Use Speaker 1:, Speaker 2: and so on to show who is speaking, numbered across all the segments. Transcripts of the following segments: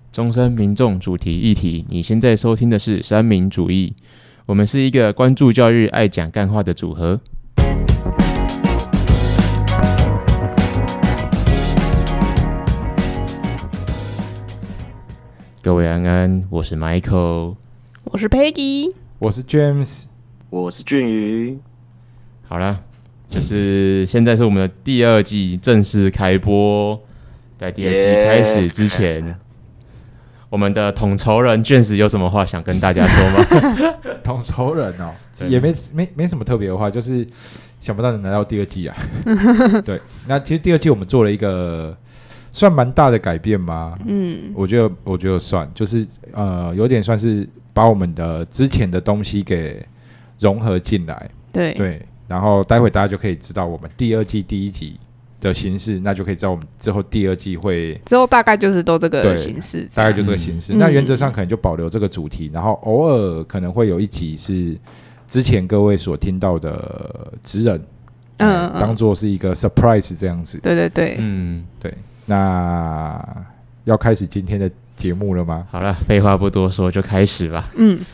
Speaker 1: 终身民众主题议题。你现在收听的是三民主义，我们是一个关注教育、爱讲干话的组合。各位安安，我是 Michael，
Speaker 2: 我是 Peggy，
Speaker 3: 我是 James，
Speaker 4: 我是俊宇。
Speaker 1: 好啦，就是现在是我们的第二季正式开播。在第二季开始之前，我们的统筹人James有什么话想跟大家说吗？
Speaker 3: 统筹人哦，也没什么特别的话，就是想不到能来到第二季啊。对，那其实第二季我们做了一个算蛮大的改变吗？我觉得算，就是有点算是把我们的之前的东西给融合进来。对，然后待会大家就可以知道我们第二季第一集的形式，那就可以知道我们之后第二季会
Speaker 2: 之后大概就是都这个形式，
Speaker 3: 大概就这个形式。那原则上可能就保留这个主题，然后偶尔可能会有一集是之前各位所听到的职人，当做是一个 surprise 这样子。
Speaker 2: 对，
Speaker 3: 对。那要开始今天的节目了吗？
Speaker 1: 好了，废话不多说，就开始吧。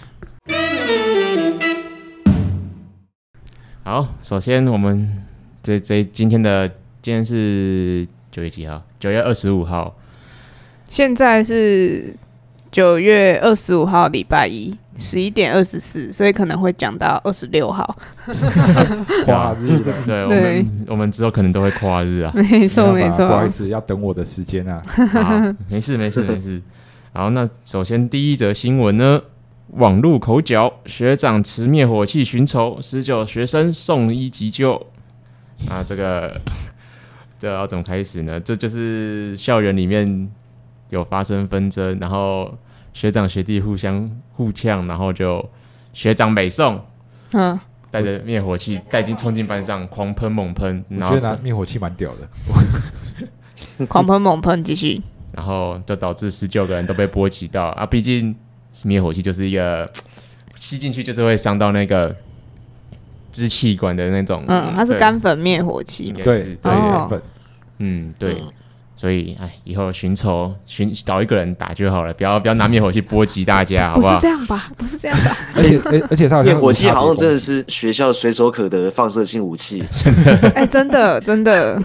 Speaker 1: 好，首先我们今天是9月几号？9月25号。
Speaker 2: 现在是9月25号，礼拜一11点24，所以可能会讲到26号。
Speaker 3: 跨日的，
Speaker 1: 对，我们之后可能都会跨日啊。
Speaker 2: 没错。
Speaker 3: 不好意思，要等我的时间啊。
Speaker 1: 好，没事。好，那首先第一则新闻呢，网路口角，学长持灭火器寻仇，19学生送医急救。这要怎么开始呢？这就是校园里面有发生纷争，然后学长学弟互呛，然后就学长北送，带着灭火器带进冲进班上，狂喷猛喷。
Speaker 3: 我觉得拿灭火器蛮屌
Speaker 2: 的，狂喷猛喷继续，
Speaker 1: 然后就导致19个人都被波及到啊！毕竟灭火器就是一个吸进去就是会伤到那个支气管的那种，
Speaker 2: 它是干粉灭火器，
Speaker 3: 对，干粉，
Speaker 1: 对，所以以后找一个人打就好了，不要拿灭火器波及大家，好不好？
Speaker 2: 不是这样吧？
Speaker 3: 而且它好像
Speaker 4: 灭火器好像真的是学校随手可得的放射性武器，
Speaker 2: 真的，真的，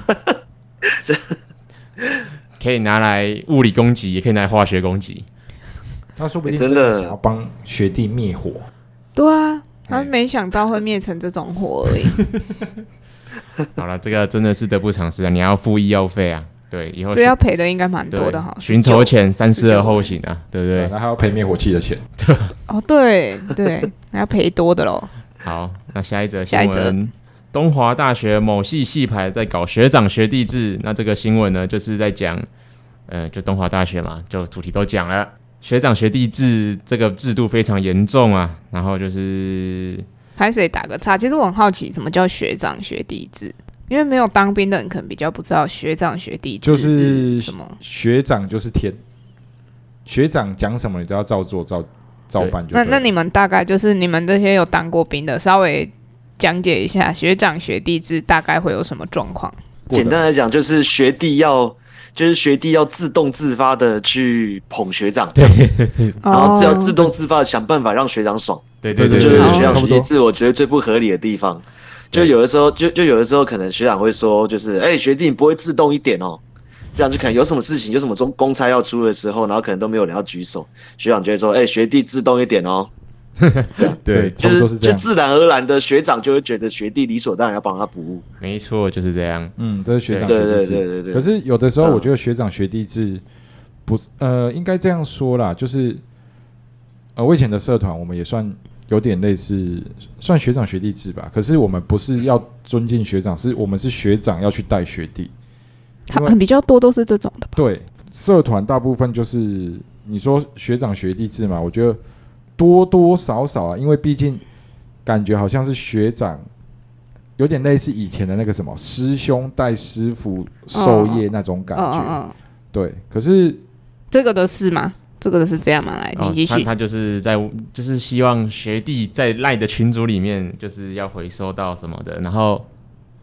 Speaker 1: 可以拿来物理攻击，也可以拿来化学攻击。
Speaker 3: 他说不定真的想要帮学弟灭火，
Speaker 2: 对啊。他没想到会灭成这种火而已。
Speaker 1: 好了，这个真的是得不偿失啊！你要付医药费啊，对，以后
Speaker 2: 这要赔的应该蛮多的哈。
Speaker 1: 寻仇前三思而后行啊，对不对？
Speaker 3: 那还要赔灭火器的钱。
Speaker 2: 对，还要赔多的咯。
Speaker 1: 好，那下一则新闻，东华大学某系系排在搞学长学弟制。那这个新闻呢，就是在讲，就东华大学嘛，就主题都讲了。学长学弟制这个制度非常严重啊，然后就是
Speaker 2: 拍谁打个岔。其实我很好奇，什么叫学长学弟制？因为没有当兵的人可能比较不知道学长学弟制是什么。
Speaker 3: 学长就是天，学长讲什么你都要照做照办就对了。
Speaker 2: 那你们大概就是你们这些有当过兵的，稍微讲解一下学长学弟制大概会有什么状况？
Speaker 4: 简单来讲，就是学弟要自动自发的去捧学长，然后只要自动自发的想办法让学长爽。
Speaker 1: 对，
Speaker 4: 这就是学长学弟制我觉得最不合理的地方。就有的时候可能学长会说，就是学弟你不会自动一点哦，这样就可能有什么事情有什么公差要出的时候，然后可能都没有人要举手，学长就会说学弟自动一点哦。这样
Speaker 3: 对，
Speaker 4: 就自然而然的学长就会觉得学弟理所当然要帮他服务。
Speaker 1: 没错，就是这样。
Speaker 3: 这是学长学弟制。对。可是有的时候我觉得学长学弟制不是应该这样说啦，就是我以前的社团我们也算有点类似，算学长学弟制吧。可是我们不是要尊敬学长，我们是学长要去带学弟。
Speaker 2: 比较多都是这种的吧？
Speaker 3: 对，社团大部分就是你说学长学弟制嘛，我觉得多多少少啊，因为毕竟感觉好像是学长，有点类似以前的那个什么师兄带师傅授业那种感觉。对，可是
Speaker 2: 这个的是吗？这个的是这样吗？来，你继续。
Speaker 1: 他就是希望学弟在赖的群组里面，就是要回收到什么的，然后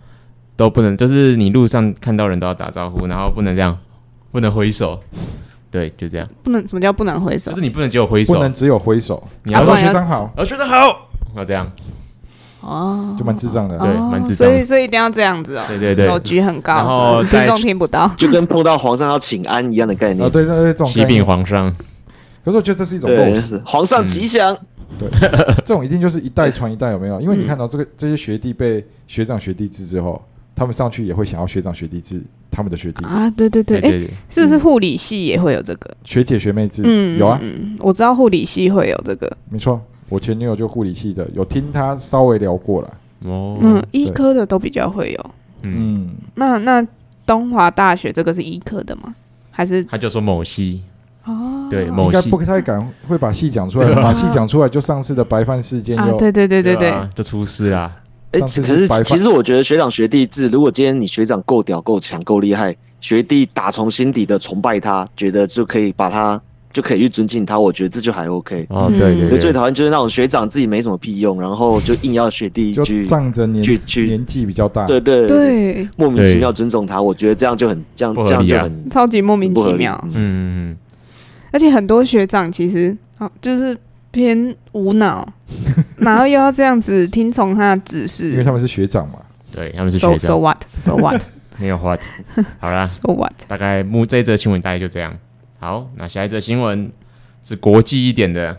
Speaker 1: 都不能，就是你路上看到人都要打招呼，然后不能这样，不能挥手。 对，就这样。
Speaker 2: 不能，什么叫不能挥手？
Speaker 1: 就是你不能只有挥手，
Speaker 3: 不能只有挥手，
Speaker 1: 你要说
Speaker 3: 学长好，
Speaker 1: 学长好，要这样。
Speaker 2: 哦，
Speaker 3: 就蛮智障的，
Speaker 1: 对，蛮智障的。
Speaker 2: 所以一定要这样子哦。
Speaker 1: 对，
Speaker 2: 手举很高，
Speaker 1: 然后
Speaker 2: 听众听不到，
Speaker 4: 就跟碰到皇上要请安一样的概念。
Speaker 3: 对，这种
Speaker 1: 启禀皇上。
Speaker 3: 可是我觉得这是一种陋习，
Speaker 4: 皇上吉祥。
Speaker 3: 对，这种一定就是一代传一代，有没有？因为你看到这些学弟被学长学弟制之后，他们上去也会想要学长学弟制他们的学弟
Speaker 2: 啊。对，是不是护理系也会有这个
Speaker 3: 学姐学妹制？有啊，
Speaker 2: 我知道护理系会有这个，
Speaker 3: 没错。我前女友就护理系的，有听她稍微聊过了。
Speaker 2: 医科的都比较会有。那东华大学这个是医科的吗？还是
Speaker 1: 他就说某系？哦，对，某系
Speaker 3: 应该不太敢会把系讲出来，把系讲出来就上次的白饭事件就
Speaker 2: 对，
Speaker 1: 就出事啦。
Speaker 4: 可是其实我觉得学长学弟制，如果今天你学长够屌、够强、够厉害，学弟打从心底的崇拜他，觉得就可以把他。就可以去尊敬他，我觉得这就还 OK。
Speaker 1: 对。
Speaker 4: 可最讨厌就是那种学长自己没什么屁用，然后就硬要学弟去
Speaker 3: 仗着年纪比较大，
Speaker 4: 对，莫名其妙尊重他，我觉得这样就很这样就很
Speaker 2: 超级莫名其妙。而且很多学长其实就是偏无脑，然后又要这样子听从他的指示，
Speaker 3: 因为他们是学长嘛。
Speaker 1: 对，他们是学长。
Speaker 2: So what？
Speaker 1: 没有 what？ 好啦
Speaker 2: ，So what？
Speaker 1: 大概这一则新闻大概就这样。好，那下一则新闻是国际一点的，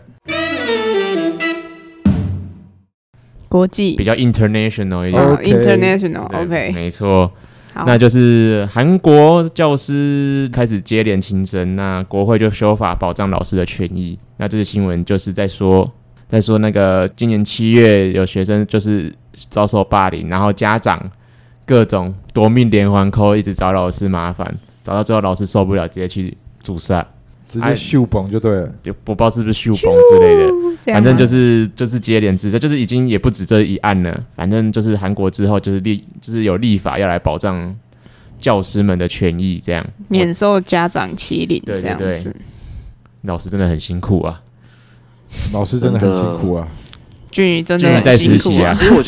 Speaker 2: 国际
Speaker 1: 比较 international 一点。
Speaker 2: international，OK，
Speaker 1: 没错。那就是韩国教师开始接连轻生，那国会就修法保障老师的权益。那这个新闻就是在说那个今年7月有学生就是遭受霸凌，然后家长各种夺命连环 call， 一直找老师麻烦，找到最后老师受不了，直接去自杀，
Speaker 3: 直接秀崩就对了，
Speaker 1: 我不知道是不是秀崩之类的，反正就是接连自杀，就是已经也不止这一案了。反正就是韩国之后就是有立法要来保障教师们的权益，这样
Speaker 2: 免受家长欺凌，这样子。对，
Speaker 1: 老师真的很辛苦啊，
Speaker 3: 老师真的很辛苦啊。
Speaker 2: 俊宇真的很
Speaker 1: 在
Speaker 2: 辛苦
Speaker 1: 啊。
Speaker 4: 其实我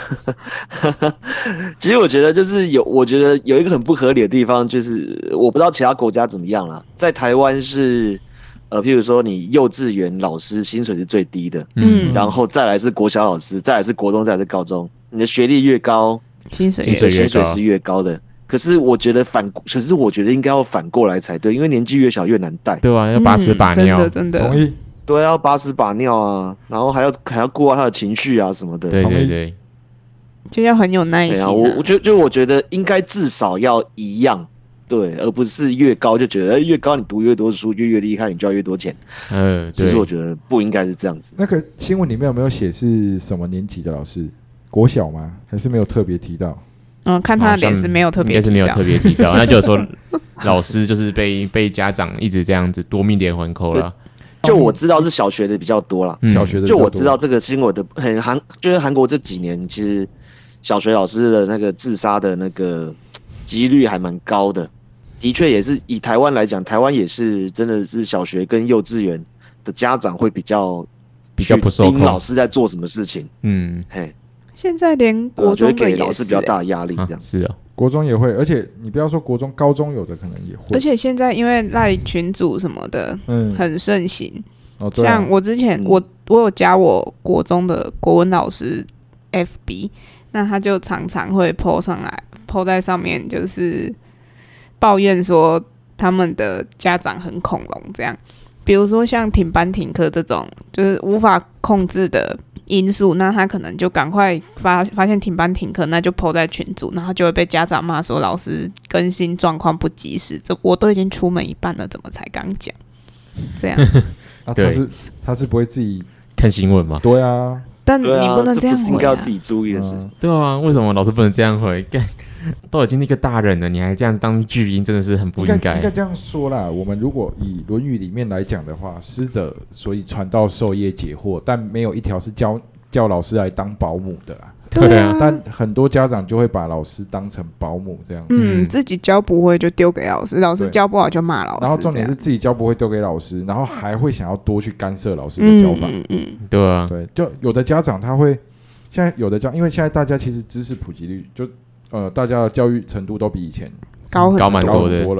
Speaker 4: 觉得就是我觉得有一个很不合理的地方，就是我不知道其他国家怎么样啦。在台湾是譬如说你幼稚园老师薪水是最低的，然后再来是国小老师，再来是国中，再来是高中，你的学历越高，
Speaker 2: 薪水
Speaker 4: 是越高的。可是我觉得应该要反过来才对，因为年纪越小越难带。
Speaker 1: 对啊，要把屎把尿，
Speaker 2: 真的
Speaker 3: 同意。
Speaker 4: 对，要把屎把尿啊，然后还要顾到他的情绪啊什么的。
Speaker 1: 对，
Speaker 2: 就要很有耐心。
Speaker 4: 我觉得应该至少要一样，对，而不是越高就觉得越高你读越多书越厉害，你就要越多钱。其实我觉得不应该是这样子。
Speaker 3: 那个新闻里面有没有写是什么年级的老师？国小吗？还是没有特别提到？
Speaker 2: 看他的脸是没有特别提到，
Speaker 1: 应该是没有特别提到。那就是说老师就是被家长一直这样子夺命连环扣了。
Speaker 4: 就我知道是小学的比较多啦，
Speaker 3: 小学的
Speaker 4: 就我知道这个新闻的就是韩国这几年其实小学老师的那个自杀的那个几率还蛮高的，的确也是以台湾来讲，台湾也是真的是小学跟幼稚园的家长会比较
Speaker 1: 不受控，
Speaker 4: 老师在做什么事情。
Speaker 2: 现在连国中的也是，
Speaker 4: 给老师比较大的压力，这样
Speaker 1: 是啊。
Speaker 3: 国中也会，而且你不要说国中，高中有的可能也会。
Speaker 2: 而且现在因为赖群组什么的，很盛行。像我之前我有加我国中的国文老师 FB， 那他就常常会 po 上来 ，po 在上面就是抱怨说他们的家长很恐龙这样。比如说像停班停课这种，就是无法控制的因素，那他可能就赶快发现停班停课，那就 po 在群组，然后就会被家长骂说老师更新状况不及时，这我都已经出门一半了，怎么才刚讲？这样
Speaker 3: 他是不会自己
Speaker 1: 看新闻吗？
Speaker 3: 对啊，
Speaker 2: 但你不能这样回
Speaker 4: 这不是应该要自己注意的事。
Speaker 1: 对啊，为什么老师不能这样回？都已经那个大人了，你还这样当巨婴，真的是很不应该。
Speaker 3: 应该这样说啦，我们如果以《论语》里面来讲的话，师者，所以传道授业解惑，但没有一条是叫老师来当保姆的啦。
Speaker 2: 对啊，
Speaker 3: 但很多家长就会把老师当成保姆这样子。
Speaker 2: 自己教不会就丢给老师，老师教不好就骂老师。
Speaker 3: 然后重点是自己教不会丢给老师，然后还会想要多去干涉老师的教法。
Speaker 1: 对啊，
Speaker 3: 对，就有的家长他会，现在有的因为现在大家其实知识普及率大家的教育程度都比以前
Speaker 1: 高蛮多的
Speaker 3: 了，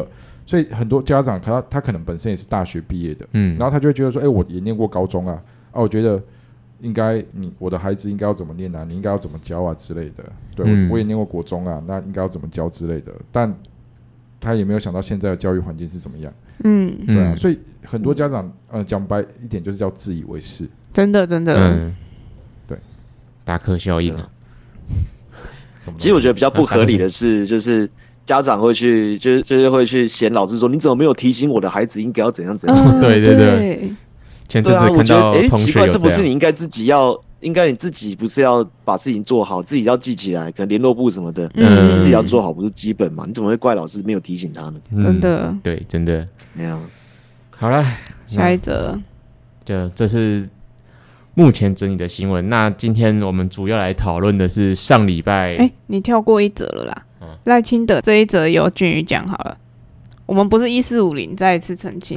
Speaker 3: 所以很多家长他可能本身也是大学毕业的，然后他就会觉得说，我也念过高中啊，我觉得应该我的孩子应该要怎么念啊，你应该要怎么教啊之类的，对，我也念过国中啊，那应该要怎么教之类的，但他也没有想到现在的教育环境是怎么样，对啊，所以很多家长讲白一点就是叫自以为是，
Speaker 2: 真的，
Speaker 3: 对，
Speaker 1: 达克效应啊。
Speaker 4: 其实我觉得比较不合理的是，就是家长会去，就是会去嫌老师说，你怎么没有提醒我的孩子应该要怎样怎样？
Speaker 1: 对。前阵子看到同学
Speaker 4: 奇怪，这不是你应该自己要，应该你自己不是要把事情做好，自己要记起来，可能联络簿什么的，你自己要做好，不是基本嘛？你怎么会怪老师没有提醒他呢？
Speaker 2: 真的，
Speaker 1: 对，真的。
Speaker 4: 那样，
Speaker 1: 好了，
Speaker 2: 下一则，
Speaker 1: 这是目前整理的新闻。那今天我们主要来讨论的是上礼拜，
Speaker 2: 你跳过一则了啦。赖清德这一则由俊宇讲好了，我们不是1450，再一次澄清。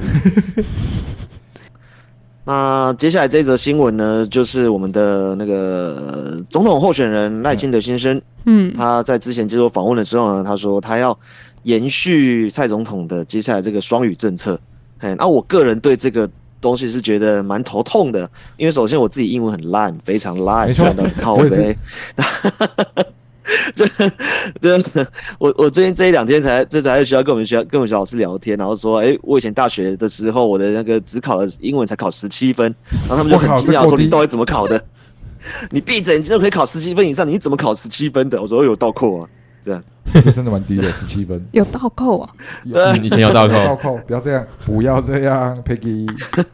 Speaker 4: 那接下来这一则新闻呢，就是我们的那个总统候选人赖清德先生，他在之前接受访问的时候呢，他说他要延续蔡总统的接下来这个双语政策。那我个人对这个东西是觉得蛮头痛的，因为首先我自己英文很烂，非常烂，烂得很靠北。我最近这一两天才在学校跟我们老师聊天，然后说，我以前大学的时候，我的那个只考的英文才考17分，然后他们就很惊讶说，你到底怎么考的？你闭着眼睛就可以考17分以上，你怎么考17分的？我说有倒扣啊，这样。
Speaker 3: 这真的蛮低的，17分。
Speaker 2: 有倒扣啊？
Speaker 1: 以前有倒扣。
Speaker 3: 倒扣，不要这样，Peggy。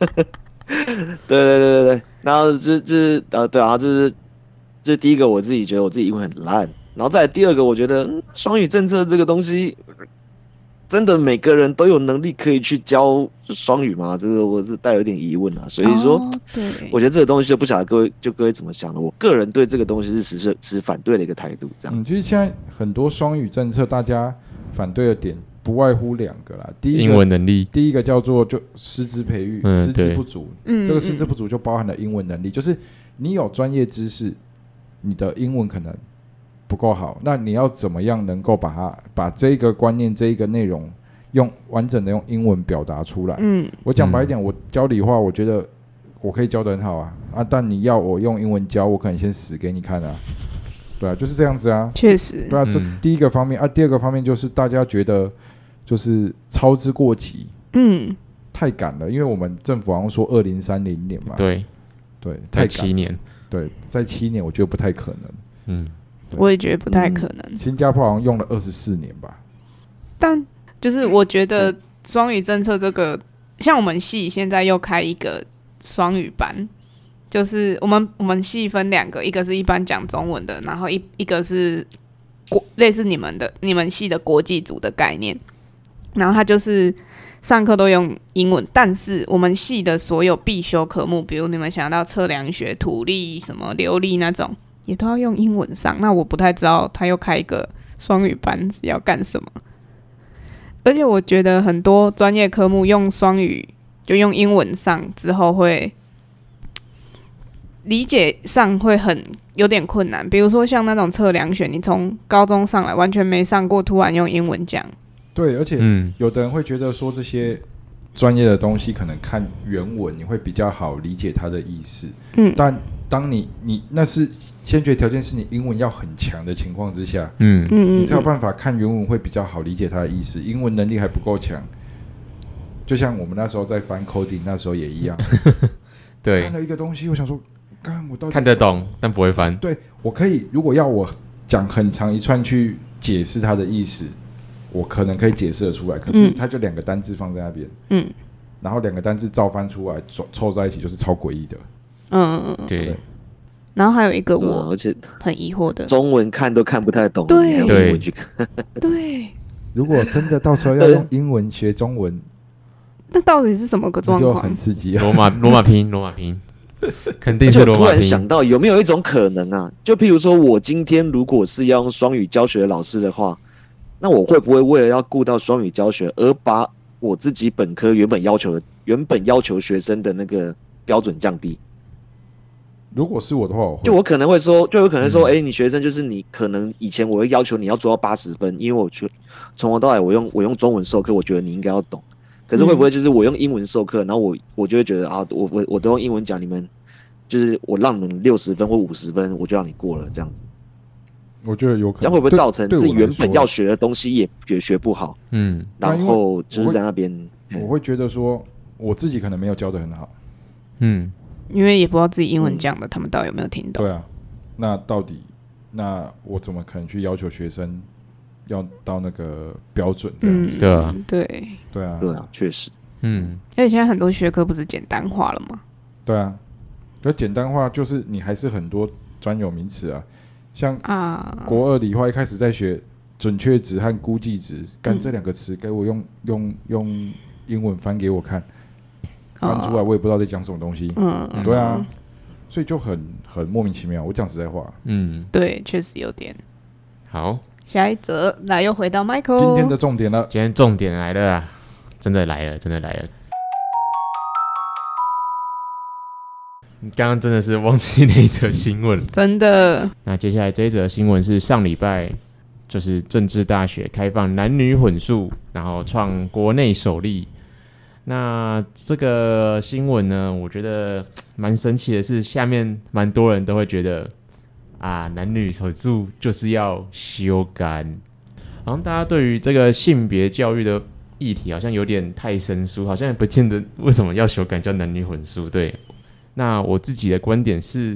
Speaker 4: 对，然后对啊，这第一个我自己觉得我自己英文很烂。然后再来第二个，我觉得双语政策这个东西，真的每个人都有能力可以去教双语吗？这个我是带有一点疑问啊。所以说，我觉得这个东西就不晓得各位怎么想的。我个人对这个东西是持反对的一个态度。这样，
Speaker 3: 其实现在很多双语政策，大家反对的点不外乎2个啦。第一个
Speaker 1: 英文能力，
Speaker 3: 第一个叫做就师资培育，师资不足。这个师资不足就包含了英文能力，就是你有专业知识，你的英文可能不够好，那你要怎么样能够把这个观念这一个内容完整的用英文表达出来？我讲白一点，我教理化，我觉得我可以教得很好啊，但你要我用英文教，我可能先死给你看啊，对啊，就是这样子啊，
Speaker 2: 确实，
Speaker 3: 对啊，这第一个方面啊，第二个方面就是大家觉得就是操之过急，太赶了，因为我们政府好像说2030年嘛，
Speaker 1: 对，
Speaker 3: 太赶
Speaker 1: 7年，
Speaker 3: 对，在7年，我觉得不太可能，
Speaker 2: 我也觉得不太可能。
Speaker 3: 新加坡好像用了24年吧。
Speaker 2: 但就是我觉得双语政策这个，像我们系现在又开一个双语班，就是我们系分2个，一个是一般讲中文的，然后一个是类似你们系的国际组的概念，然后它就是上课都用英文，但是我们系的所有必修科目，比如你们想到测量学、土力、什么流力那种，也都要用英文上。那我不太知道他又开一个双语班是要干什么。而且我觉得很多专业科目用双语就用英文上之后，会理解上会有点困难。比如说像那种测量学，你从高中上来完全没上过，突然用英文讲。
Speaker 3: 对，而且有的人会觉得说这些专业的东西可能看原文你会比较好理解它的意思，但当你那是先决条件是你英文要很强的情况之下，你才有办法看原文会比较好理解它的意思。英文能力还不够强，就像我们那时候在翻 coding 那时候也一样，
Speaker 1: 对，
Speaker 3: 看了一个东西，我想说，我到底
Speaker 1: 看得懂但不会翻。
Speaker 3: 对，我可以，如果要我讲很长一串去解释它的意思，我可能可以解释得出来，可是它就2个单字放在那边，然后2个单字照翻出来凑在一起就是超诡异的。
Speaker 1: 对。
Speaker 2: 然后还有一个我很疑惑的，
Speaker 4: 中文看都看不太懂，
Speaker 2: 对，
Speaker 4: 用英文去看。
Speaker 2: 对，
Speaker 3: 如果真的到时候要用英文学中文，
Speaker 2: 那到底是什么个状况？
Speaker 3: 就很刺激啊！
Speaker 1: 罗马拼，肯定是罗马拼。
Speaker 4: 突然想到，有没有一种可能啊？就譬如说，我今天如果是要用双语教学的老师的话，那我会不会为了要顾到双语教学，而把我自己本科原本要求学生的那个标准降低？
Speaker 3: 如果是我的话，
Speaker 4: 我可能会说，你学生就是你可能以前我会要求你要做到80分，因为我从头到尾我用中文授课，我觉得你应该要懂。可是会不会就是我用英文授课，然后我就会觉得啊，我都用英文讲，你们就是我让你们60分或50分，我就让你过了这样子。
Speaker 3: 我觉得有可能，
Speaker 4: 这样会不会造成自己原本要学的东西也学不好？然后就是在那边，
Speaker 3: 我会觉得说我自己可能没有教得很好，
Speaker 2: 因为也不知道自己英文讲的他们到底有没有听懂。
Speaker 3: 对啊，那我怎么可能去要求学生要到那个标准这样子？
Speaker 1: 对啊，
Speaker 3: 对啊，
Speaker 4: 确实，
Speaker 2: 而且现在很多学科不是简单化了吗？
Speaker 3: 对啊，就简单化就是你还是很多专有名词啊，像国2理化一开始在学准确值和估计值，干这2个词给我用英文翻给我看。翻出来我也不知道在讲什么东西，对啊，所以就很莫名其妙。我讲实在话，
Speaker 2: 对，确实有点。
Speaker 1: 好，
Speaker 2: 下一则，来又回到 Michael，
Speaker 3: 今天的重点了，
Speaker 1: 今天重点来了啊，真的来了。你刚刚真的是忘记那一则新闻，
Speaker 2: 真的。
Speaker 1: 那接下来这一则新闻是上礼拜，就是政治大学开放男女混宿，然后创国内首例。那这个新闻呢，我觉得蛮神奇的是，下面蛮多人都会觉得啊，男女混宿就是要修改。好像大家对于这个性别教育的议题好像有点太生疏，好像也不见得为什么要修改叫男女混宿。对，那我自己的观点是，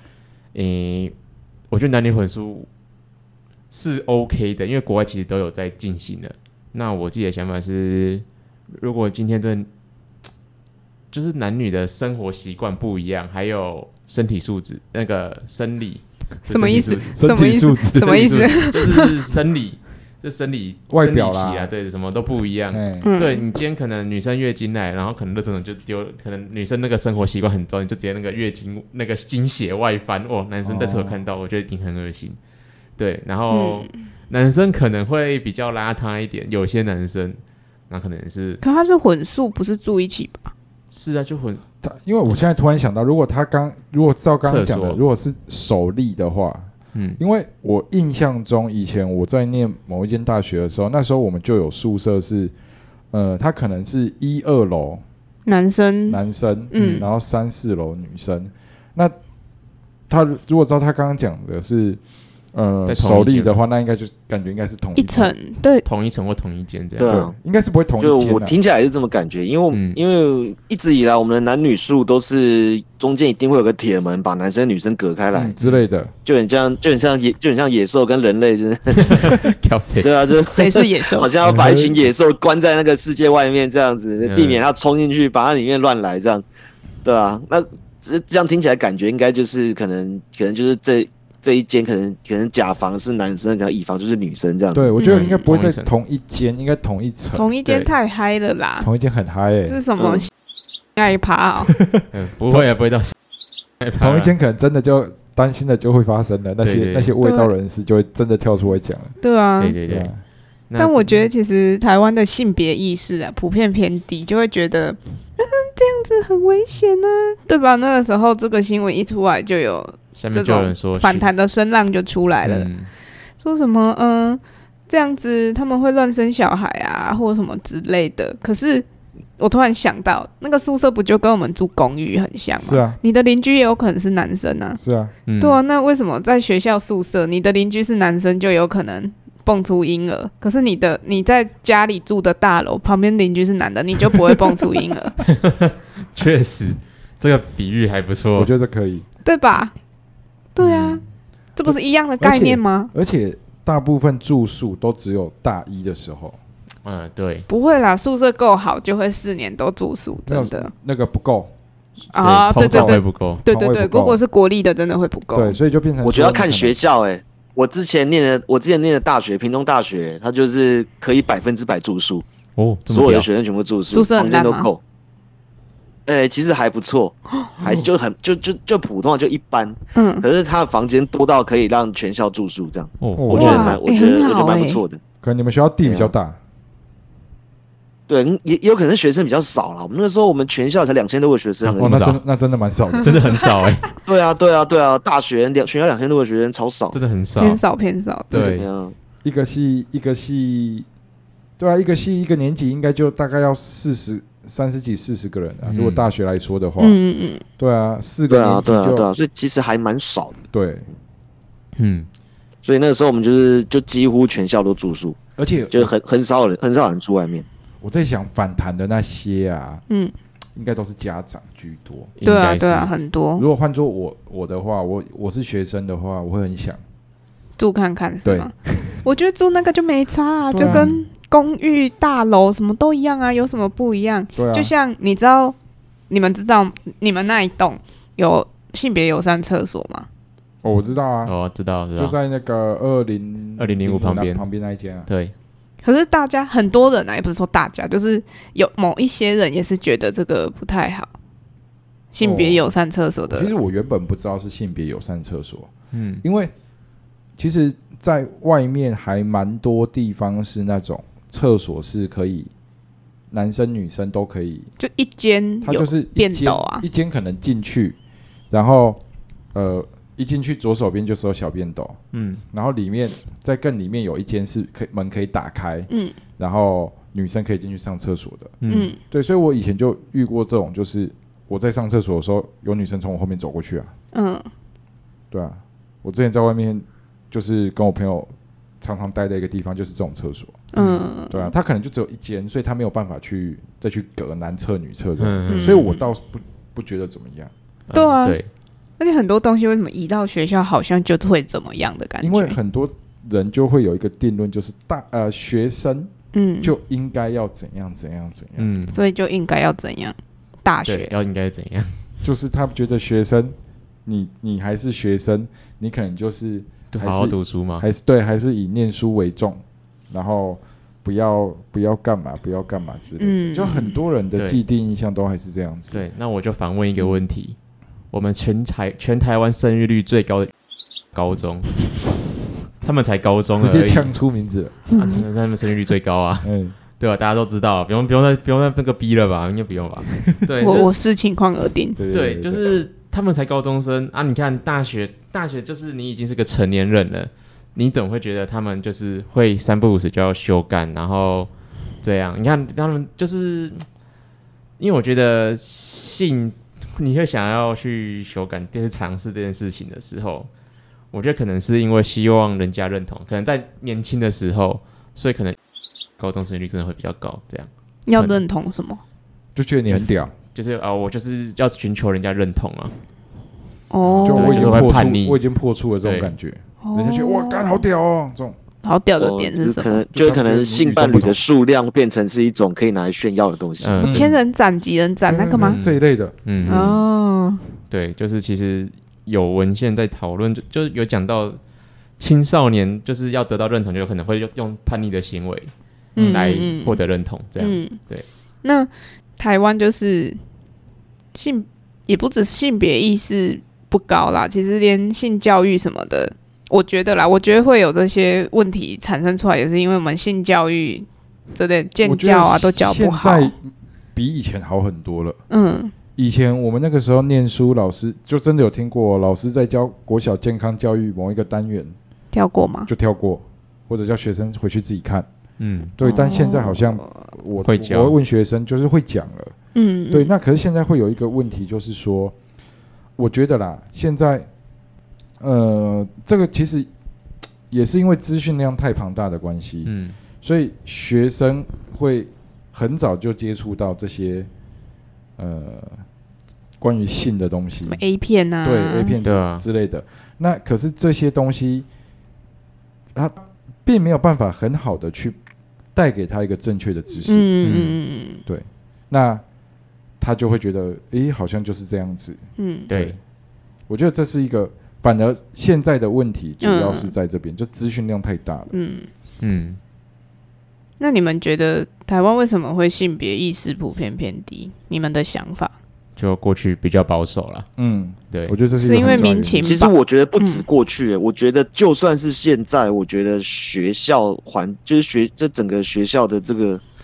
Speaker 1: 我觉得男女混宿是 OK 的，因为国外其实都有在进行的。那我自己的想法是，如果今天就是男女的生活习惯不一样，还有身体素质，那个生理
Speaker 2: 什么意思？
Speaker 3: 身体素质
Speaker 2: 什么意思？
Speaker 1: 就是生理，就生理
Speaker 3: 外表啦，
Speaker 1: 生理期啊，对，什么都不一样。对，你今天可能女生月经来，然后可能热症就丢，可能女生那个生活习惯很糟，你就直接那个月经那个经血外翻，男生在厕所看到，我觉得一定很恶心。对，然后男生可能会比较邋遢一点，有些男生。那可能是，
Speaker 2: 可他是混宿，不是住一起吧？
Speaker 1: 是啊，就混。
Speaker 3: 因为我现在突然想到，如果照刚刚讲的，如果是首例的话，因为我印象中以前我在念某一间大学的时候，那时候我们就有宿舍是，他可能是1、2楼男生，然后3、4楼女生。那他如果照他刚刚讲的是。首例的话，那应该就感觉应该是同一层，
Speaker 2: 对，
Speaker 1: 同一层或同一间这样。
Speaker 4: 对啊，
Speaker 3: 应该是不会同一间。
Speaker 4: 就我听起来是这么感觉，因为一直以来我们的男女宿都是中间一定会有个铁门把男生女生隔开来
Speaker 3: 之类的，
Speaker 4: 就很像野兽跟人类，就是对啊，就是
Speaker 2: 谁是野兽？
Speaker 4: 好像要把一群野兽关在那个世界外面这样子，避免他冲进去把它里面乱来这样，对啊，那这样听起来感觉应该就是可能就是这一间可能甲房是男生，可能乙房就是女生这样子。
Speaker 3: 对，我觉得应该不会在同一间，应该同一层。
Speaker 2: 同一间太嗨了啦！
Speaker 3: 同一间很嗨
Speaker 2: 这是什么害怕？
Speaker 1: 不会啊，不会到
Speaker 3: 同一间可能真的就担心的就会发生了，那些卫道人士就会真的跳出来讲了。
Speaker 2: 对啊，
Speaker 1: 对。
Speaker 2: 但我觉得其实台湾的性别意识啊，普遍偏低，就会觉得这样子很危险啊，对吧？那个时候这个新闻一出来，就有这种反弹的声浪就出来了，说什么这样子他们会乱生小孩啊，或者什么之类的。可是我突然想到，那个宿舍不就跟我们住公寓很像吗？
Speaker 3: 是啊，
Speaker 2: 你的邻居也有可能是男生啊。
Speaker 3: 是啊，
Speaker 2: 对啊，那为什么在学校宿舍，你的邻居是男生就有可能蹦出婴儿，可是你在家里住的大楼旁边邻居是男的，你就不会蹦出婴儿？
Speaker 1: 确实，这个比喻还不错，
Speaker 3: 我觉得可以，
Speaker 2: 对吧？对啊，这不是一样的概念吗？
Speaker 3: 而且大部分住宿都只有大一的时候，
Speaker 1: 对，
Speaker 2: 不会啦，宿舍够好就会4年都住宿，真的
Speaker 3: 那个不够
Speaker 2: 啊，对，
Speaker 1: 不够，
Speaker 2: 对，如果是国立的真的会不够，
Speaker 3: 对，所以就变成
Speaker 4: 我觉得要看学校我之前念的大学，屏东大学，它就是可以100%住宿所有的学生全部住宿，
Speaker 2: 宿舍很烂吗？
Speaker 4: 房间都够。其实还不错，还就很就普通的就一般，可是他的房间多到可以让全校住宿这样，我觉得蛮不错的。
Speaker 3: 可能你们学校地比较大，
Speaker 4: 对，也有可能学生比较少啦。我们那时候我们全校才2000多个学生，
Speaker 3: 那真的蛮少的，
Speaker 1: 真的很少哎。
Speaker 4: 对啊，大学全校2000多个学生超少，
Speaker 1: 真的很少，
Speaker 2: 偏少。
Speaker 1: 对，
Speaker 3: 一个系，对啊，一个系一个年级应该就大概要30几40个人啊。如果大学来说的话，对啊，4个年级就
Speaker 4: 对啊，所以其实还蛮少的。
Speaker 3: 对，
Speaker 4: 所以那个时候我们就几乎全校都住宿，
Speaker 3: 而且
Speaker 4: 就很少人住外面。
Speaker 3: 我在想反弹的那些啊，应该都是家长居多。
Speaker 2: 对啊，很多。
Speaker 3: 如果换作我的话，我是学生的话，我会很想
Speaker 2: 住看看，是吗？我觉得住那个就没差啊，就跟公寓大楼什么都一样啊，有什么不一样？
Speaker 3: 对啊，
Speaker 2: 就像你们知道你们那一栋有性别友善厕所吗？
Speaker 3: 哦，我知道啊，
Speaker 1: 知道，
Speaker 3: 就在那个2005旁边那一间啊。
Speaker 2: 对。可是大家很多人啊，也不是说大家，就是有某一些人也是觉得这个不太好。性别友善厕所的，
Speaker 3: 其实我原本不知道是性别友善厕所，因为其实在外面还蛮多地方是那种厕所是可以男生女生都可以，就
Speaker 2: 一间，
Speaker 3: 它就是
Speaker 2: 便斗啊，
Speaker 3: 一间可能进去，然后一进去左手边就是有小便斗，然后在更里面有一间是门可以打开，然后女生可以进去上厕所的，对，所以我以前就遇过这种，就是我在上厕所的时候，有女生从我后面走过去啊，对啊，我之前在外面就是跟我朋友常常待的一个地方就是这种厕所，对啊，他可能就只有一间，所以他没有办法再去隔男厕女厕这样子，所以我倒是不觉得怎么样，
Speaker 2: 对啊，对。而且很多东西为什么移到学校好像就会怎么样的感觉？
Speaker 3: 因为很多人就会有一个定论，就是学生就应该要怎样，
Speaker 2: 所以就应该要怎样，大学
Speaker 1: 要应该怎样，
Speaker 3: 就是他觉得学生，你还是学生，你可能就是
Speaker 1: 好好读书嘛，
Speaker 3: 还是以念书为重，然后不要干嘛之类的，就很多人的既定印象都还是这样子。
Speaker 1: 对，那我就反问一个问题。我们全台湾生育率最高的高中，他们才高中而已，
Speaker 3: 直接呛出名字了，
Speaker 1: 他们生育率最高啊，对吧？大家都知道，不用再这个逼了吧？应该不用吧？对，
Speaker 2: 我视情况而定。
Speaker 1: 对，就是他们才高中生啊！你看大学就是你已经是个成年人了，你怎么会觉得他们就是会3不5时就要修改，然后这样？你看他们就是，因为我觉得你会想要去修改，就是尝试这件事情的时候，我觉得可能是因为希望人家认同，可能在年轻的时候，所以可能高中生育率真的会比较高。这样
Speaker 2: 要认同什么？
Speaker 3: 就觉得你很屌，
Speaker 1: 就是我就是要寻求人家认同啊。
Speaker 3: 就我已经破处了这种感觉，人家觉得哇，干好屌哦，这种。
Speaker 2: 好屌的点是什么？
Speaker 4: 可能性伴侣的数量变成是一种可以拿来炫耀的东西，什
Speaker 2: 么千人斩、几人斩那个吗？
Speaker 3: 这一类的，
Speaker 1: 对，就是其实有文献在讨论，就有讲到青少年就是要得到认同，就有可能会用叛逆的行为来获得认同，这样。对。
Speaker 2: 那台湾就是也不止性别意识不高啦，其实连性教育什么的。我觉得会有这些问题产生出来，也是因为我们性教育这类健教啊都教不好。
Speaker 3: 现在比以前好很多了。以前我们那个时候念书，老师就真的有听过老师在教国小健康教育某一个单元，
Speaker 2: 跳过吗？
Speaker 3: 就跳过，或者叫学生回去自己看。对。但现在好像我会问学生，就是会讲了。对。那可是现在会有一个问题，就是说，我觉得啦，现在。这个其实也是因为资讯量太庞大的关系，所以学生会很早就接触到这些关于性的东西，
Speaker 2: 什么 A 片啊，
Speaker 3: 对 A 片之类的。那可是这些东西，他并没有办法很好的去带给他一个正确的知识，对，那他就会觉得，好像就是这样子，对，我觉得这是一个。反而现在的问题主要是在这边，就资讯量太大了。
Speaker 2: 那你们觉得台湾为什么会性别意识普遍偏低？你们的想法？
Speaker 1: 就过去比较保守啦。对，
Speaker 3: 我觉得这
Speaker 2: 是因为民情。
Speaker 4: 其实我觉得不止过去，我觉得就算是现在，我觉得学校就是这整个学校的这个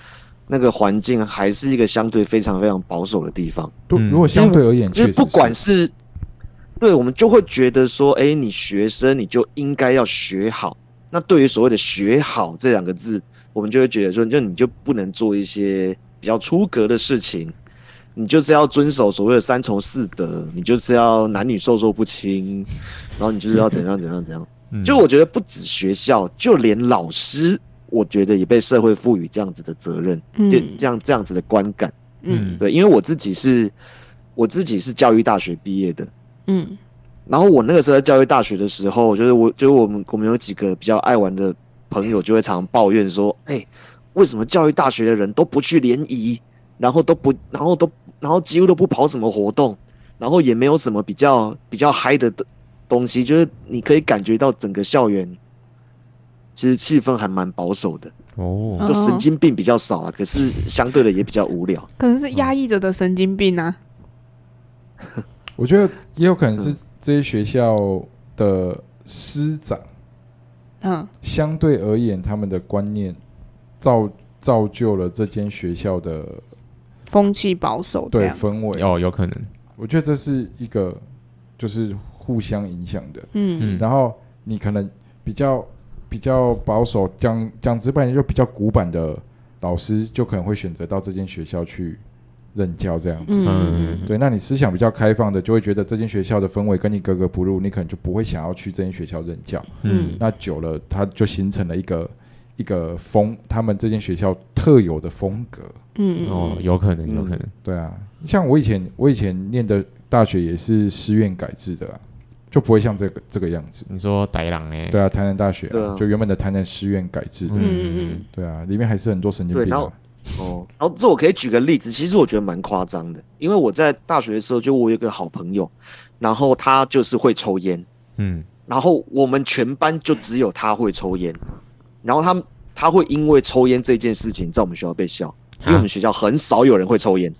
Speaker 4: 那个环境还是一个相对非常非常保守的地方。
Speaker 3: 如果相对而言，
Speaker 4: 就是不管是对，我们就会觉得说，你学生你就应该要学好。那对于所谓的学好这2个字，我们就会觉得说，你就不能做一些比较出格的事情，你就是要遵守所谓的3从4德，你就是要男女授受不亲，然后你就是要怎样怎样怎样。就我觉得不止学校，就连老师，我觉得也被社会赋予这样子的责任，这样子的观感。对，因为我自己是教育大学毕业的。然后我那个时候在教育大学的时候，就是我们有几个比较爱玩的朋友，就会常抱怨说，为什么教育大学的人都不去联谊，然后几乎都不跑什么活动，然后也没有什么比较嗨的东西，就是你可以感觉到整个校园其实气氛还蛮保守的。就神经病比较少啊，可是相对的也比较无聊。
Speaker 2: 可能是压抑着的神经病啊。
Speaker 3: 我觉得也有可能是这些学校的师长，相对而言他们的观念造就了这间学校的
Speaker 2: 风气保守，
Speaker 3: 对氛围。
Speaker 1: 有可能。
Speaker 3: 我觉得这是一个就是互相影响的。然后你可能比较保守，讲直白点就比较古板的老师，就可能会选择到这间学校去任教这样子。对，那你思想比较开放的，就会觉得这间学校的氛围跟你格格不入，你可能就不会想要去这间学校任教。那久了，它就形成了一个他们这间学校特有的风格。
Speaker 1: 有可能。
Speaker 3: 对啊，像我以前念的大学也是师院改制的啊，就不会像这个样子。
Speaker 1: 你说台南
Speaker 3: 对啊，台南大学就原本的台南师院改制的。对啊，里面还是很多神经病啊。
Speaker 4: 然后这我可以举个例子，其实我觉得蛮夸张的，因为我在大学的时候，就我有一个好朋友，然后他就是会抽烟，然后我们全班就只有他会抽烟，然后他会因为抽烟这件事情在我们学校被笑，因为我们学校很少有人会抽烟，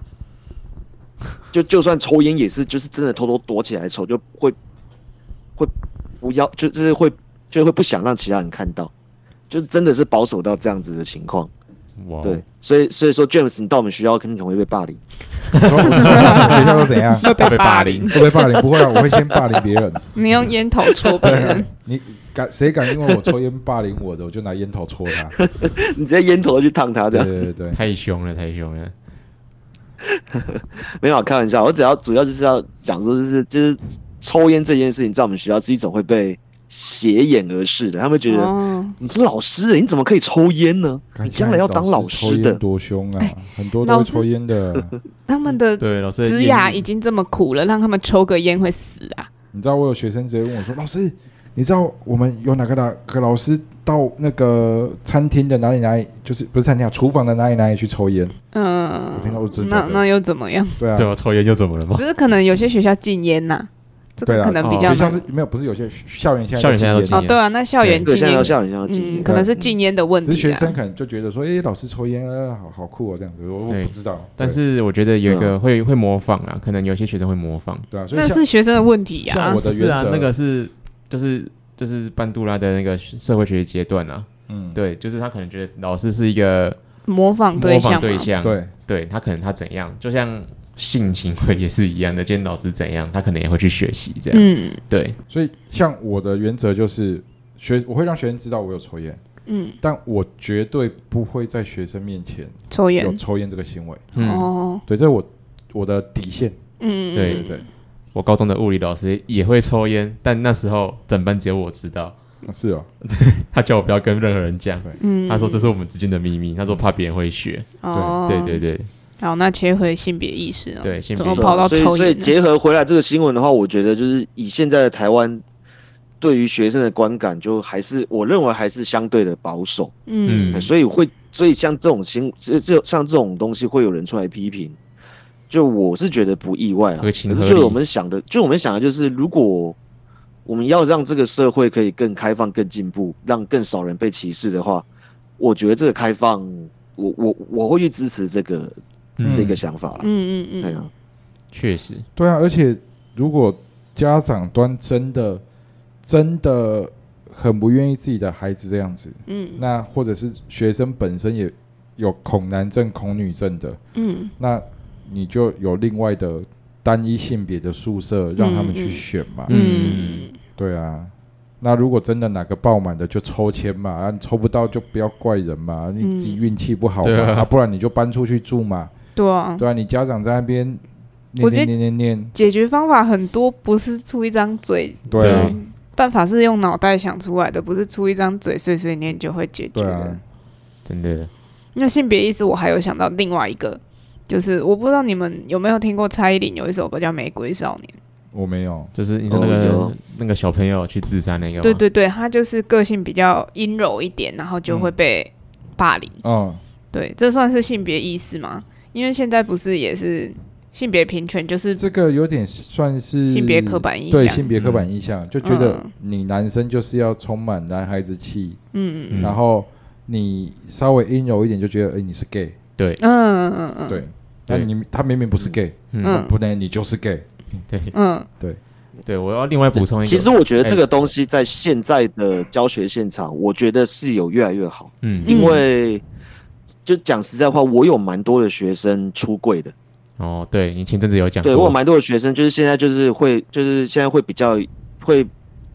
Speaker 4: 就算抽烟也是就是真的偷偷躲起来抽，就会不要，就是会不想让其他人看到，就是真的是保守到这样子的情况。对，所以说 James 你到我们学校肯定会被霸凌。
Speaker 3: 学校都怎样？
Speaker 2: 会被霸凌？
Speaker 3: 会被霸凌？不会啊，我会先霸凌别人。
Speaker 2: 你用烟头戳别人？
Speaker 3: 谁敢因为我抽烟霸凌我的，我就拿烟头戳他。
Speaker 4: 你直接烟头去烫他，这样。
Speaker 3: 对，
Speaker 1: 太凶了。
Speaker 4: 没有开玩笑，我主要就是要讲说，就是抽烟这件事情，在我们学校是一种会被斜眼而视的，他们觉得你是老师，你怎么可以抽烟呢？你将来要当老师的，
Speaker 3: 多凶啊！很多都会抽烟的。
Speaker 2: 他们的职涯已经这么苦了，让他们抽个烟会死啊！
Speaker 3: 你知道我有学生直接问我说：“老师，你知道我们有哪个老师到那个餐厅的哪里，就是不是餐厅啊，厨房的哪里去抽烟？”我听到我真的
Speaker 2: 那又怎么样？
Speaker 3: 对啊，
Speaker 1: 抽烟又怎么了吗？
Speaker 2: 只是可能有些学校禁烟呐。这个可能比较
Speaker 3: 学校是没有，不是有些校园现在
Speaker 1: 都禁烟。
Speaker 2: 对啊，那校园禁
Speaker 4: 烟，
Speaker 2: 可能是禁烟的问题。
Speaker 3: 只是学生可能就觉得说，老师抽烟好酷哦，这样子，我不知道。
Speaker 1: 但是我觉得有一个会模仿啊，可能有些学生会模仿。
Speaker 3: 对啊，
Speaker 2: 那是学生的问题啊。
Speaker 3: 像我的原则，
Speaker 1: 那个是就是班杜拉的那个社会学阶段啊。对，就是他可能觉得老师是一个
Speaker 2: 模仿对象，
Speaker 1: 对，他可能他怎样，就像。性行为也是一样的，今天老师怎样，他可能也会去学习这样。对，
Speaker 3: 所以像我的原则就是我会让学生知道我有抽烟，但我绝对不会在学生面前有抽烟这个行为。对，这是我的底线。
Speaker 1: 对，我高中的物理老师也会抽烟，但那时候整班只有我知道。
Speaker 3: 是哦，
Speaker 1: 他叫我不要跟任何人讲。他说这是我们之间的秘密，他说怕别人会学。对。
Speaker 2: 好，那切回性别意识
Speaker 1: 对，
Speaker 2: 怎么跑到抽烟？
Speaker 4: 所以结合回来这个新闻的话，我觉得就是以现在的台湾对于学生的观感，我认为还是相对的保守。所以像这种东西会有人出来批评，就我是觉得不意外啊。
Speaker 1: 合情合理。
Speaker 4: 就是我们想的就是，如果我们要让这个社会可以更开放、更进步，让更少人被歧视的话，我觉得这个开放，我会去支持这个想法。对啊，
Speaker 1: 确实，
Speaker 3: 对啊，而且如果家长端真的很不愿意自己的孩子这样子，那或者是学生本身有恐男症、恐女症的，那你就有另外的单一性别的宿舍让他们去选嘛。对啊。那如果真的哪个爆满的就抽签嘛，你抽不到就不要怪人嘛，你自己运气不好嘛，不然你就搬出去住嘛。
Speaker 2: 对啊，
Speaker 3: 对啊，你家长在那边念，
Speaker 2: 解决方法很多，不是出一张嘴。
Speaker 3: 对啊，
Speaker 2: 办法是用脑袋想出来的，不是出一张嘴碎碎念就会解决的。
Speaker 3: 啊、
Speaker 1: 真的。
Speaker 2: 那性别意识，我还有想到另外一个，就是我不知道你们有没有听过蔡依林有一首歌叫《玫瑰少年》。
Speaker 3: 我没有，
Speaker 1: 就是你说那个小朋友去自杀那个吗？
Speaker 2: 对对对，他就是个性比较阴柔一点，然后就会被霸凌。对，这算是性别意识吗？因为现在不是也是性别平权，就是
Speaker 3: 这个有点算是
Speaker 2: 性别刻板印象。
Speaker 3: 对，性别刻板印象，就觉得你男生就是要充满男孩子气，然后你稍微阴柔一点就觉得你是 gay。
Speaker 1: 对，
Speaker 3: 对，但他明明不是 gay，不能你就是 gay。对，
Speaker 1: 对，我要另外补充一个。
Speaker 4: 其实我觉得这个东西在现在的教学现场，我觉得是有越来越好。因为就讲实在话，我有蛮多的学生出柜的。
Speaker 1: 哦，对，你前阵子有讲过。
Speaker 4: 对，我有蛮多的学生，就是现在就是现在会比较会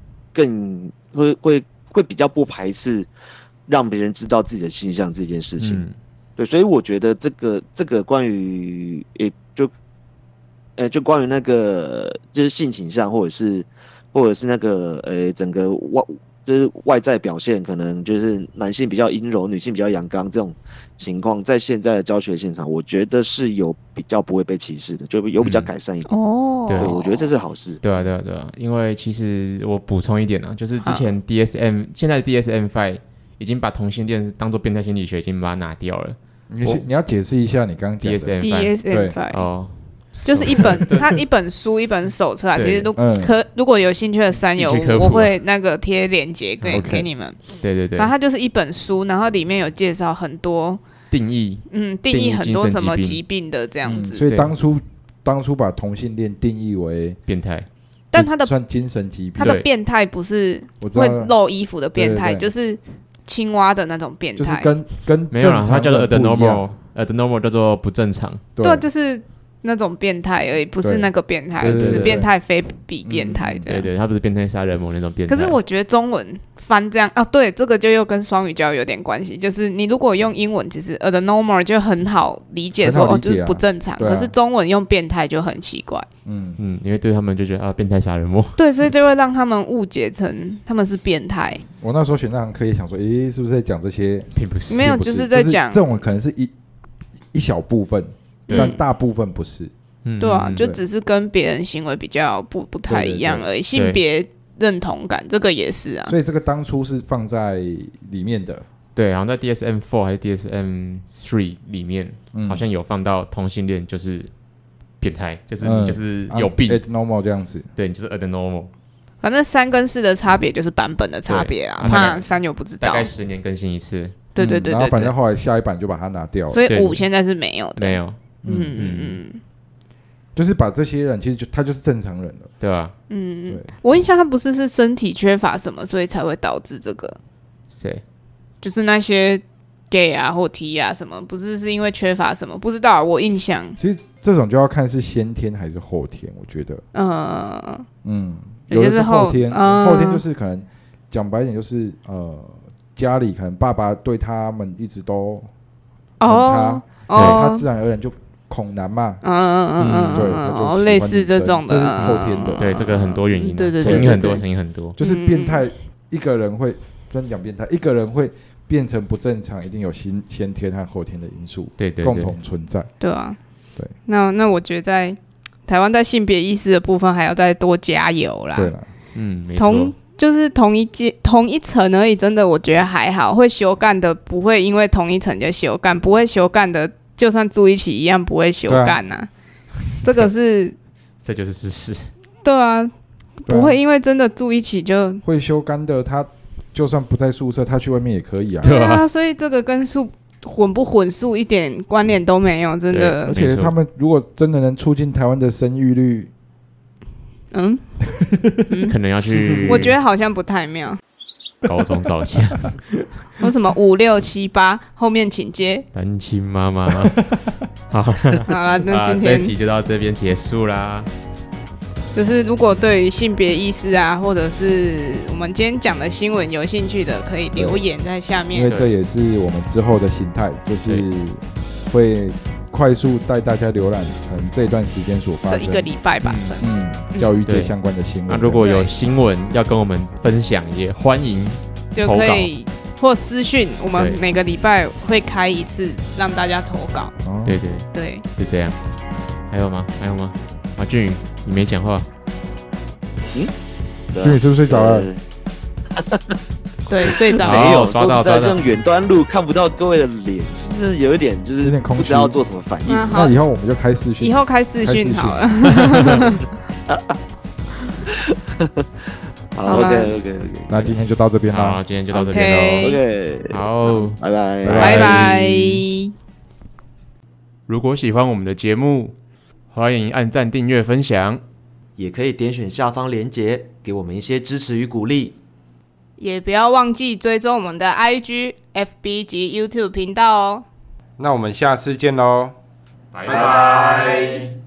Speaker 4: 比较不排斥让别人知道自己的性向这件事情。对，所以我觉得这个关于就关于那个就是性倾向或者是那个整个就是外在表现，可能就是男性比较阴柔，女性比较阳刚这种情况，在现在的教学现场，我觉得是有比较不会被歧视的，就有比较改善一点。对，我觉得这是好事。
Speaker 1: 对啊，因为其实我补充一点啊，就是之前 DSM 现在的 DSM-5 已经把同性恋当作变态心理学，已经把它拿掉了。
Speaker 3: 你要解释一下你刚刚讲的
Speaker 2: DSM-5
Speaker 1: 哦。
Speaker 2: 就是它一本书一本手册啊，其实都如果有兴趣的山友，我会那个贴链接给你们。
Speaker 1: 对，
Speaker 2: 然后它就是一本书，然后里面有介绍很多
Speaker 1: 定义
Speaker 2: 很多什么疾病的这样子。
Speaker 3: 所以当初把同性恋定义为
Speaker 1: 变态，
Speaker 2: 但它的
Speaker 3: 算精神疾病，
Speaker 2: 它的变态不是会露衣服的变态，就是青蛙的那种变态，
Speaker 3: 就是跟
Speaker 1: 没有啦，它叫做 abnormal 叫做不正常。
Speaker 2: 对，就是那种变态而已，不是那个变态，此变态非彼变态这样。
Speaker 1: 对，他不是变态杀人魔那种变态。
Speaker 2: 可是我觉得中文翻这样对，这个就又跟双语教育有点关系。就是你如果用英文，其实 abnormal 就很好理解说就是不正常，可是中文用变态就很奇怪。
Speaker 1: 因为对他们就觉得变态杀人魔。对，
Speaker 2: 所以就会让他们误解成他们是变态。
Speaker 3: 我那时候选那堂课也想说，是不是在讲这些？
Speaker 1: 并不是，
Speaker 2: 没有，就是在讲
Speaker 3: 这种可能是一小部分。但大部分不是，
Speaker 2: 对啊，就只是跟别人行为比较不太一样而已。性别认同感这个也是啊，
Speaker 3: 所以这个当初是放在里面的，
Speaker 1: 对，然后在 DSM-4 还是 DSM-3 里面，好像有放到同性恋就是变态，就是你就是有病
Speaker 3: ，abnormal 这样子，
Speaker 1: 对，你就是 abnormal。
Speaker 2: 反正3跟4的差别就是版本的差别啊，怕3又不知道，
Speaker 1: 大概10年更新一次。
Speaker 2: 对，
Speaker 3: 然后反正后来下一版就把它拿掉了，
Speaker 2: 所以5现在是没有的，
Speaker 1: 没有。
Speaker 3: 就是把这些人，其实他就是正常人了，
Speaker 1: 对吧？
Speaker 2: 我印象他不是身体缺乏什么，所以才会导致这个。
Speaker 1: 谁？
Speaker 2: 就是那些 gay 啊或 T 啊什么，不是因为缺乏什么，不知道。我印象，
Speaker 3: 其实这种就要看是先天还是后天，我觉得。有的是后天，后天就是可能讲白一点，就是家里可能爸爸对他们一直都很差。他自然而然就恐男嘛，对，他就
Speaker 2: 类似这种的，
Speaker 3: 这是后天的，
Speaker 1: 对，这个很多原因，
Speaker 2: 对，
Speaker 1: 成因很多，
Speaker 3: 就是变态，一个人会不能讲变态，一个人会变成不正常，一定有先天和后天的因素，
Speaker 1: 对，
Speaker 3: 共同存在，
Speaker 2: 对啊，
Speaker 3: 对，
Speaker 2: 那我觉得在台湾在性别意识的部分还要再多加油啦，
Speaker 3: 对啦，
Speaker 1: 没错。
Speaker 2: 就是同一层而已，真的我觉得还好。会休干的不会因为同一层就休干，不会休干的就算住一起一样不会休干呐。这个是，
Speaker 1: 这就是事实。
Speaker 2: 对啊，不会因为真的住一起就
Speaker 3: 会休干的，他就算不在宿舍，他去外面也可以啊。
Speaker 2: 对啊，所以这个跟混不混宿一点关联都没有，真的。
Speaker 3: 而且他们如果真的能促进台湾的生育率。
Speaker 1: 可能要去，
Speaker 2: 我觉得好像不太妙。
Speaker 1: 高中照相。
Speaker 2: 为什么5、6、7、8后面请接
Speaker 1: 单亲妈妈？好
Speaker 2: 了，那今天
Speaker 1: 这集就到这边结束啦。
Speaker 2: 就是如果对于性别意识啊，或者是我们今天讲的新闻有兴趣的，可以留言在下面。
Speaker 3: 因为这也是我们之后的形态，就是会快速带大家浏览可能这段时间所发生
Speaker 2: 这1个礼拜吧，
Speaker 3: 教育界相关的新闻。
Speaker 1: 那如果有新闻要跟我们分享，也欢迎
Speaker 2: 就可以或私讯，我们每个礼拜会开一次让大家投稿。对，
Speaker 1: 是这样。还有吗？马俊宇，你没讲话。
Speaker 3: 俊宇是不是睡着了？
Speaker 2: 对，睡着
Speaker 4: 没有，
Speaker 1: 抓到。
Speaker 4: 这种远端录看不到各位的脸，就是有点
Speaker 3: 空虚，
Speaker 4: 不知道做什么反应。
Speaker 3: 那以后我们就开视讯。
Speaker 2: 以后开视讯好了。
Speaker 4: 好 ，OK。
Speaker 3: 那今天就到这边啦。
Speaker 1: 好，今天就到这边喽。
Speaker 4: OK，
Speaker 1: 好，
Speaker 4: 拜拜。
Speaker 2: 拜拜。
Speaker 1: 如果喜欢我们的节目，欢迎按赞、订阅、分享，
Speaker 5: 也可以点选下方连结，给我们一些支持与鼓励。
Speaker 2: 也不要忘记追踪我们的 IG、FB 及 YouTube 频道哦。
Speaker 3: 那我们下次见喽，
Speaker 1: 拜拜。